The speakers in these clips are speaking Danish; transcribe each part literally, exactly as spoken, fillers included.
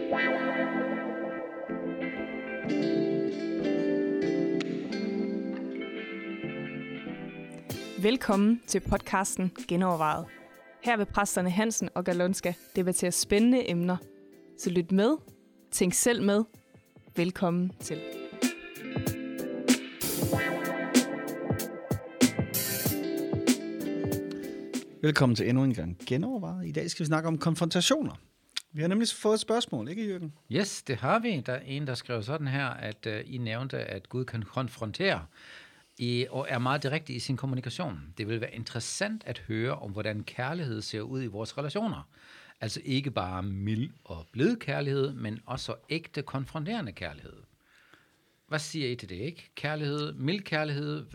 Velkommen til podcasten Genovervejet. Her vil præsterne Hansen og Galonska debattere spændende emner. Så lyt med, tænk selv med. Velkommen til. Velkommen til endnu en gang Genovervejet. I dag skal vi snakke om konfrontationer. Vi har nemlig fået et spørgsmål, ikke Jørgen? Yes, det har vi. Der er en, der skrev sådan her, at uh, I nævnte, at Gud kan konfrontere I, og er meget direkte i sin kommunikation. Det vil være interessant at høre om, hvordan kærlighed ser ud i vores relationer. Altså ikke bare mild og blød kærlighed, men også ægte konfronterende kærlighed. Hvad siger I til det, ikke? Kærlighed, mild kærlighed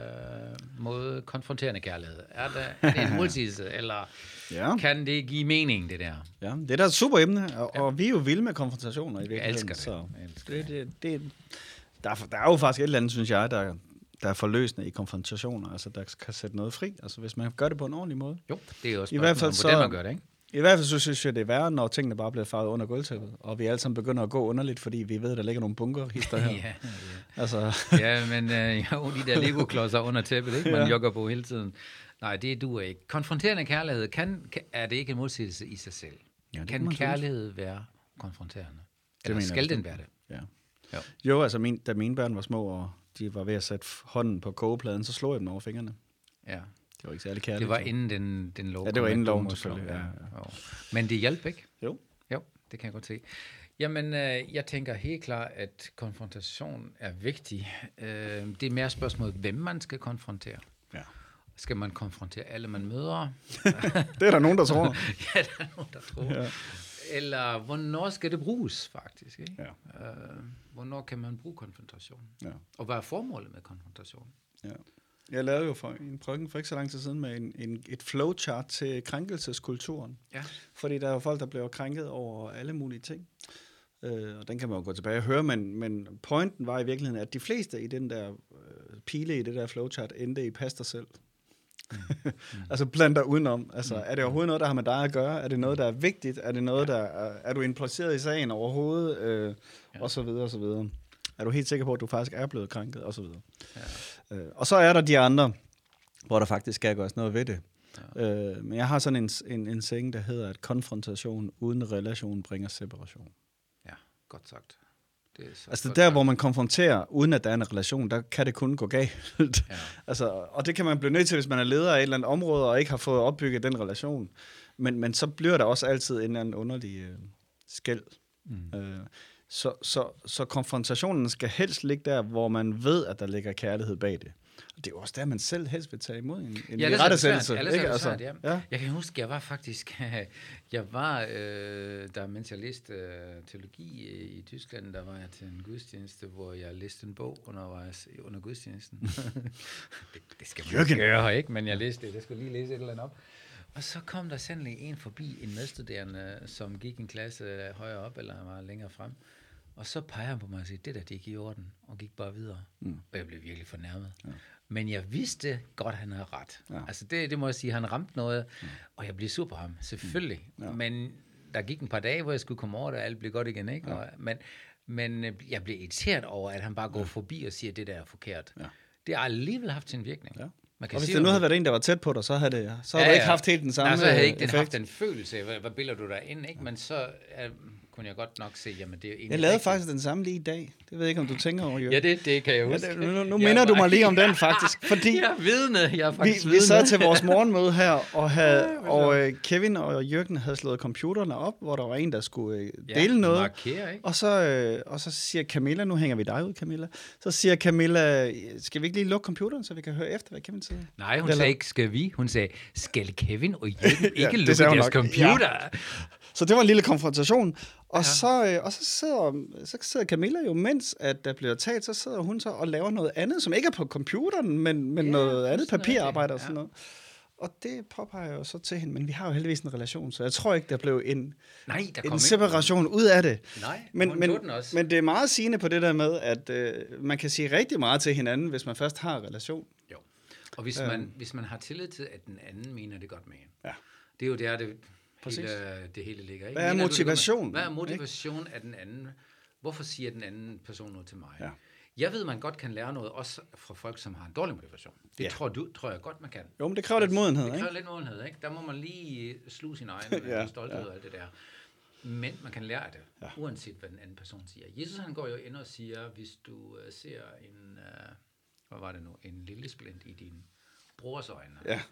øh, mod konfronterende kærlighed. Er det, er det en modsigelse, eller ja. Kan det give mening, det der? Ja, det er da et super emne, og, ja. og vi er jo vilde med konfrontationer i virkeligheden. Jeg elsker det. Så jeg elsker det, det, det der, er, der er jo faktisk et eller andet, synes jeg, der, der er forløsende i konfrontationer, altså der kan sætte noget fri, altså hvis man gør det på en ordentlig måde. Jo, det er jo også I hvert fald så, hvordan man gør det, ikke? I hvert fald så synes jeg, det er værre, når tingene bare bliver farvet under gulvtæppet, og vi alle sammen begynder at gå underligt, fordi vi ved, der ligger nogle bunkerhister her. ja, ja. Altså. ja, men øh, jo, de der Lego-klodser under tæppet, ikke? Man ja. jogger på hele tiden. Nej, det duer ikke. Konfronterende kærlighed, kan, kan, er det ikke en modsigelse i sig selv? Ja, kan kærlighed synes. være konfronterende? Eller det skal den være det? Ja. Jo. jo, altså min, da mine børn var små, og de var ved at sætte hånden på kogepladen, så slog jeg dem over fingrene. Ja. Det var ikke særlig kærligt. Det var inden den, den lov. Ja, det var inden loven selvfølgelig. Ja, ja. Ja. Men det hjalp ikke? Jo. Jo, det kan jeg godt se. Jamen, øh, jeg tænker helt klart, at konfrontation er vigtig. Øh, det er mere spørgsmålet, hvem man skal konfrontere. Ja. Skal man konfrontere alle, man møder? Det er der nogen, der tror. ja, der er nogen, der tror. Ja. Eller hvornår skal det bruges, faktisk? Ikke? Ja. Øh, hvornår kan man bruge konfrontation? Ja. Og hvad er formålet med konfrontation? Ja. Jeg lavede jo for en prædiken for ikke så lang tid siden med en, en, et flowchart til krænkelseskulturen. Ja. Fordi der er jo folk, der bliver krænket over alle mulige ting. Øh, og den kan man jo gå tilbage og høre, men, men pointen var i virkeligheden, at de fleste i den der øh, pile i det der flowchart endte i pas dig selv. Mm. Mm. altså planter udenom. Altså, mm. Er det overhovedet noget, der har med dig at gøre? Er det noget, der er vigtigt? Er det noget, der er, er du impliceret i sagen overhovedet? Øh, ja. Og så videre, og så videre. Er du helt sikker på, at du faktisk er blevet krænket? Og så videre. Ja. Øh, og så er der de andre, hvor der faktisk skal gøres noget ved det. Ja. Øh, men jeg har sådan en, en, en saying, der hedder, at konfrontation uden relation bringer separation. Ja, godt sagt. Det er så altså der, sagt. Hvor man konfronterer, uden at der er en relation, der kan det kun gå galt. Ja. altså, og det kan man blive nødt til, hvis man er leder af et eller andet område, og ikke har fået opbygget den relation. Men, men så bliver der også altid en eller anden underlig øh, skæld. Mm. Øh, Så, så, så konfrontationen skal helst ligge der, hvor man ved, at der ligger kærlighed bag det. Og det er jo også der, man selv helst vil tage imod en, en ja, rettesættelse. Ja, det er altså, svært, ja. Ja. Jeg kan huske, jeg var faktisk, jeg var, øh, der mens jeg læste øh, teologi i, i Tyskland, der var jeg til en gudstjeneste, hvor jeg læste en bog undervejs under gudstjenesten. det, det skal man ikke gøre, ikke? Men jeg læste det, jeg skulle lige læse et eller andet op. Og så kom der sandelig en forbi, en medstuderende, som gik en klasse højere op, eller var længere frem. Og så peger han på mig og siger, det der, det gik i orden, og gik bare videre. Mm. Og jeg blev virkelig fornærmet. Ja. Men jeg vidste godt, at han havde ret. Ja. Altså det, det må jeg sige, han ramte noget, ja. Og jeg blev sur på ham, selvfølgelig. Mm. Ja. Men der gik en par dage, hvor jeg skulle komme over det, og alt blev godt igen, ikke? Ja. Og, men, men jeg blev irriteret over, at han bare går ja. forbi og siger, at det der er forkert. Ja. Det har alligevel haft sin virkning. Ja. Man kan og hvis sige, det nu havde været en, der var tæt på dig, så havde det så havde ja, du ikke haft helt den samme effekt. Nej, så havde ikke den effekt. haft den følelse, hvad, hvad billeder du der ind, ikke? Men så er, kunne jeg godt nok se, jamen det er jo egentlig... Jeg lavede faktisk den samme lige i dag. Det ved jeg ikke, om du tænker over, Jørgen. Ja, det, det kan jeg huske. Ja, det, nu nu minder du mig lige om den, faktisk. Fordi jeg er vidne, jeg er faktisk vi, vi sad til vores morgenmøde her, og, havde, og uh, Kevin og Jørgen havde slået computerne op, hvor der var en, der skulle uh, dele ja, noget. Markere, ikke? Og så, uh, og så siger Camilla, nu hænger vi dig ud, Camilla. Så siger Camilla, skal vi ikke lige lukke computeren, så vi kan høre efter, hvad Kevin siger? Nej, hun sagde ikke, skal vi? Hun sagde, skal Kevin og Jørgen ikke ja, lukke deres computer? Ja. Så det var en lille konfrontation. Og, ja. så, øh, og så, sidder, så sidder Camilla jo, mens at der bliver talt, så sidder hun så og laver noget andet, som ikke er på computeren, men, men ja, noget andet papirarbejde og sådan ja. noget. Og det påpeger jeg jo så til hende, men vi har jo heldigvis en relation, så jeg tror ikke, der blev en, Nej, der en separation ud af det. Nej, men, men, men det er meget sigende på det der med, at øh, man kan sige rigtig meget til hinanden, hvis man først har en relation. Jo, og hvis, øhm. man, hvis man har tillid til, at den anden mener det godt med en. Ja. Det er jo der, det hele, det hele ligger. Ikke? Hvad er motivation? Hvad er motivation af den anden? Hvorfor siger den anden person noget til mig? Ja. Jeg ved, man godt kan lære noget, også fra folk, som har en dårlig motivation. Det ja. tror, du, tror jeg godt, man kan. Jo, men det kræver lidt modenhed, ikke? Det kræver lidt modenhed, ikke? Der må man lige sluge sin egen ja, stolthed ja. og alt det der. Men man kan lære det, ja. uanset hvad den anden person siger. Jesus, han går jo ind og siger, hvis du uh, ser en, uh, hvad var det nu, en lille splint i din brors øjne, ja.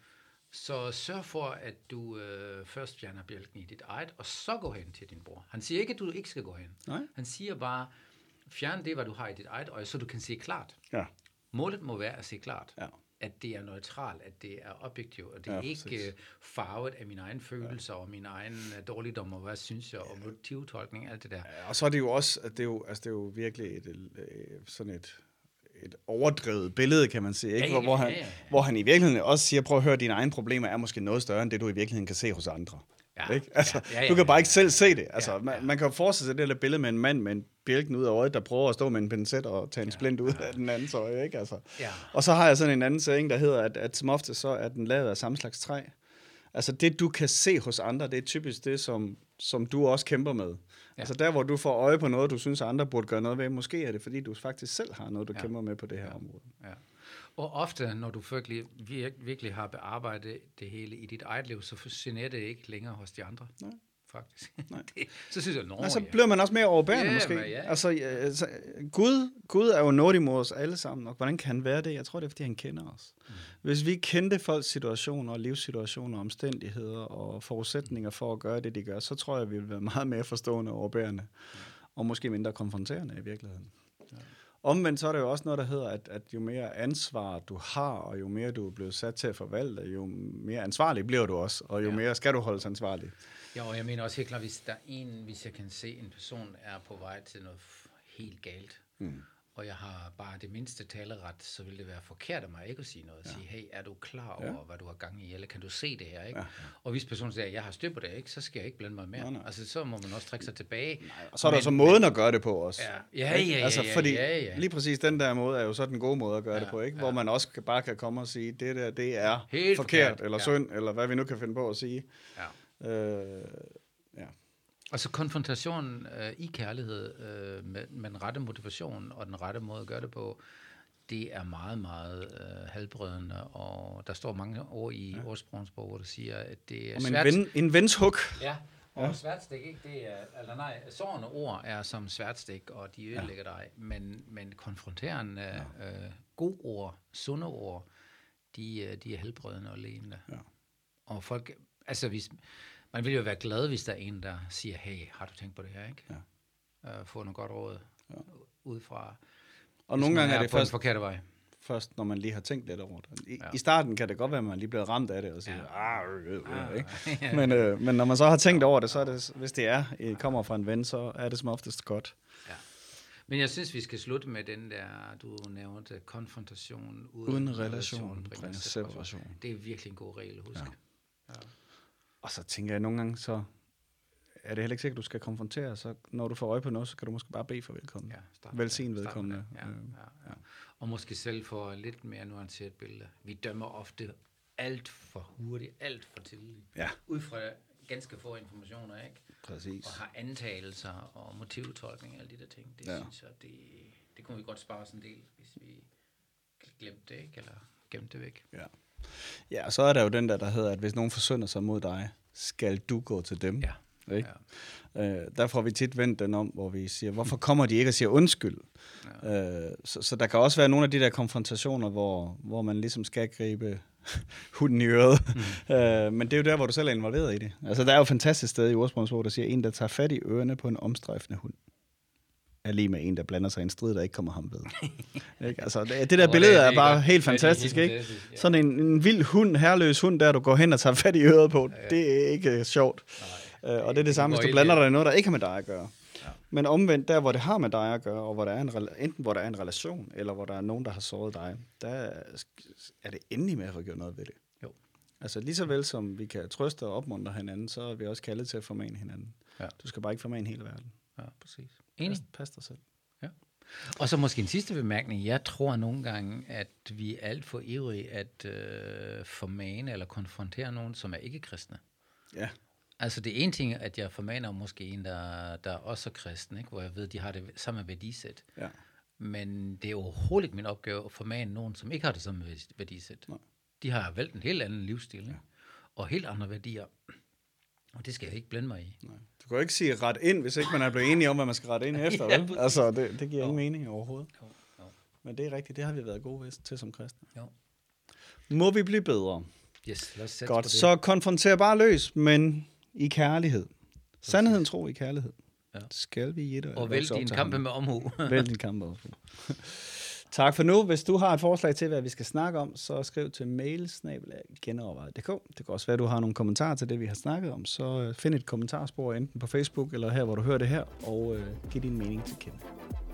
så sørg for, at du uh, først fjerner bjælken i dit eget, og så gå hen til din bror. Han siger ikke, at du ikke skal gå hen. Nej. Han siger bare, fjern det, hvad du har i dit eget øje, så du kan se klart. Ja. Målet må være at se klart. Ja. At det er neutralt, at det er objektivt, og det ja, er ikke uh, farvet af mine egne følelser, ja. og min egen uh, dårligdom, og hvad synes jeg, og motivtolkning, alt det der. Ja, og så er det jo også, det er jo, altså det er jo virkelig et, øh, sådan et, et overdrevet billede, kan man sige, ikke? Ja, Hvor, hvor, han, ja, ja, ja. hvor han i virkeligheden også siger, prøv at høre, dine egne problemer er måske noget større, end det du i virkeligheden kan se hos andre. Ja, ikke? Altså, ja, ja, ja, du kan bare ikke selv se det. Altså, ja, ja. Man, man kan jo forestille sig det der billede med en mand med en bjælken ud af øjet, der prøver at stå med en pincet og tage en ja, splint ud ja. af den andens øje. Ikke? Altså. Ja. Og så har jeg sådan en anden saying, der hedder, at, at som ofte så er den lavet af samme slags træ. Altså det, du kan se hos andre, det er typisk det, som, som du også kæmper med. Ja. Altså der, hvor du får øje på noget, du synes, andre burde gøre noget ved, måske er det, fordi du faktisk selv har noget, du ja. kæmper med på det her ja. område. Ja. Og ofte, når du virkelig, virkelig har bearbejdet det hele i dit eget liv, så generer det ikke længere hos de andre. Nej. Faktisk. Nej. det, så synes jeg, nå, altså, ja. bliver man også mere overbærende, ja, måske. Men, ja. Altså, altså, Gud, Gud er jo nådig mod os alle sammen, og hvordan kan han være det? Jeg tror, det er, fordi han kender os. Mm. Hvis vi kendte folks situationer, livssituationer, omstændigheder og forudsætninger for at gøre det, de gør, så tror jeg, vi vil være meget mere forstående og overbærende, mm. og måske mindre konfronterende i virkeligheden. Ja. Omvendt så er det jo også noget, der hedder, at, at jo mere ansvar du har, og jo mere du er blevet sat til at forvalte, jo mere ansvarlig bliver du også, og jo ja. mere skal du holdes ansvarlig. Ja, og jeg mener også helt klart, hvis der er en, hvis jeg kan se, en person er på vej til noget helt galt, mm. og jeg har bare det mindste taleret, så vil det være forkert af mig ikke at sige noget. Ja. Sige, hey, er du klar over, ja. hvad du har gang i, eller kan du se det her, ikke? Ja. Og hvis personen siger, jeg har styr på det, ikke, så skal jeg ikke blande mig mere. Nej, nej. Altså, så må man også trække sig tilbage. Nej, og så er der men, så måden at gøre det på også. Ja, ja, ja, ja, altså, fordi ja, ja, ja. lige præcis den der måde er jo så den gode måde at gøre ja, det på, ikke? Hvor ja. man også bare kan komme og sige, det der, det er helt forkert, forkert, eller ja. synd, eller hvad vi nu kan finde på at sige. Ja. Øh, ja. Altså konfrontation øh, i kærlighed øh, med, med den rette motivation og den rette måde at gøre det på, det er meget, meget øh, halvbrødende, og der står mange ord i ja. ordsprogsbog, hvor der siger, at det er Om svært... En, ven, en vens hug. Ja, og ja. sværdestik, ikke? Det er, eller nej, sårende ord er som sværdestik, og de ødelægger ja. dig, men, men konfronterende, ja. øh, gode ord, sunde ord, de, de er helbredende og levende. Ja. Og folk, altså hvis... Man vil jo være glad, hvis der er en, der siger, hey, har du tænkt på det her, ikke? Ja. Uh, få noget godt råd ja. ud fra, og nogle gange er det på først, en forkerte vej. Først, når man lige har tænkt lidt over det. I, ja. I starten kan det godt være, at man lige bliver ramt af det og siger, ja. ah, øh, øh, ikke? men, øh, men når man så har tænkt over det, så er det, hvis det er, I kommer fra en ven, så er det som oftest godt. Ja. Men jeg synes, vi skal slutte med den der, du nævnte, konfrontation uden, uden relation, relation separation. Det er virkelig en god regel, husk. Ja. Ja. Og så tænker jeg nogle gange, så er det heller ikke sikkert, at du skal konfrontere, så når du får øje på noget, så kan du måske bare bede for velkommen. Ja, velsign vedkommende. Ja, ja, ja. Og måske selv få lidt mere nuanceret billede. Vi dømmer ofte alt for hurtigt, alt for tidligt. Ja. Ud fra ganske få informationer, ikke? Præcis. Og har antagelser og motivtolkning og alle de der ting. Det ja. synes jeg, det, det kunne vi godt spare os en del, hvis vi glemte det, ikke? Eller gemte det væk. Ja. Ja, og så er der jo den der, der hedder, at hvis nogen forsynder sig mod dig, skal du gå til dem. Ja. Ikke? Ja. Øh, der får vi tit vendt den om, hvor vi siger, hvorfor kommer de ikke og siger undskyld? Ja. Øh, så, så der kan også være nogle af de der konfrontationer, hvor, hvor man ligesom skal gribe hunden i øret. Mm. øh, men det er jo der, hvor du selv er involveret i det. Altså, der er jo et fantastisk sted i ordsprogsbog, der siger, en, der tager fat i ørerne på en omstrejfende hund, er lige med en, der blander sig i en strid, der ikke kommer ham ved. Ikke? Altså, det, det der billede er bare helt fantastisk, ikke? Fantastisk, ja. Sådan en, en vild hund, herreløs hund, der du går hen og tager fat i øret på, ja, ja. Det er ikke sjovt. Nej, uh, og det er det samme, hvis du blander dig i noget, der ikke har med dig at gøre. Ja. Men omvendt, der hvor det har med dig at gøre, og hvor der er en, enten hvor der er en relation, eller hvor der er nogen, der har såret dig, der er det endelig med at få gjort noget ved det. Jo. Altså lige så vel som vi kan trøste og opmuntre hinanden, så er vi også kaldet til at formane hinanden. Ja. Du skal bare ikke formane hele verden. Ja, præcis. Enig. Pas, pas dig selv. Ja. Og så måske en sidste bemærkning. Jeg tror nogle gange, at vi er alt for ivrige at øh, formane eller konfrontere nogen, som er ikke kristne. Ja. Altså det ene ting, at jeg formaner måske en, der, der er også kristen, ikke? Hvor jeg ved, de har det samme værdisæt. Ja. Men det er overhovedet ikke min opgave at formane nogen, som ikke har det samme værdisæt. Nej. De har valgt en helt anden livsstil, ja. Og helt andre værdier. Og det skal jeg ikke blande mig i. Nej. Du kan jo ikke sige ret ind, hvis ikke man er blevet enige om, hvad man skal rette ind efter. Ja, vel? Altså, det, det giver jo. ingen mening overhovedet. Jo. Jo. Men det er rigtigt, det har vi været gode til som kristne. Jo. Må vi blive bedre? Yes, lad os sætte Godt, på det. så konfronter bare løs, men i kærlighed. Sandheden tro i kærlighed. Ja. Skal vi i det? Og vælg din kampe med omhu. Vælg din kampe med omhu. Tak for nu. Hvis du har et forslag til, hvad vi skal snakke om, så skriv til mail snabel-a genovervejet punktum d k. Det kan også være, at du har nogle kommentarer til det, vi har snakket om. Så find et kommentarspor enten på Facebook eller her, hvor du hører det her, og øh, giv din mening til kende.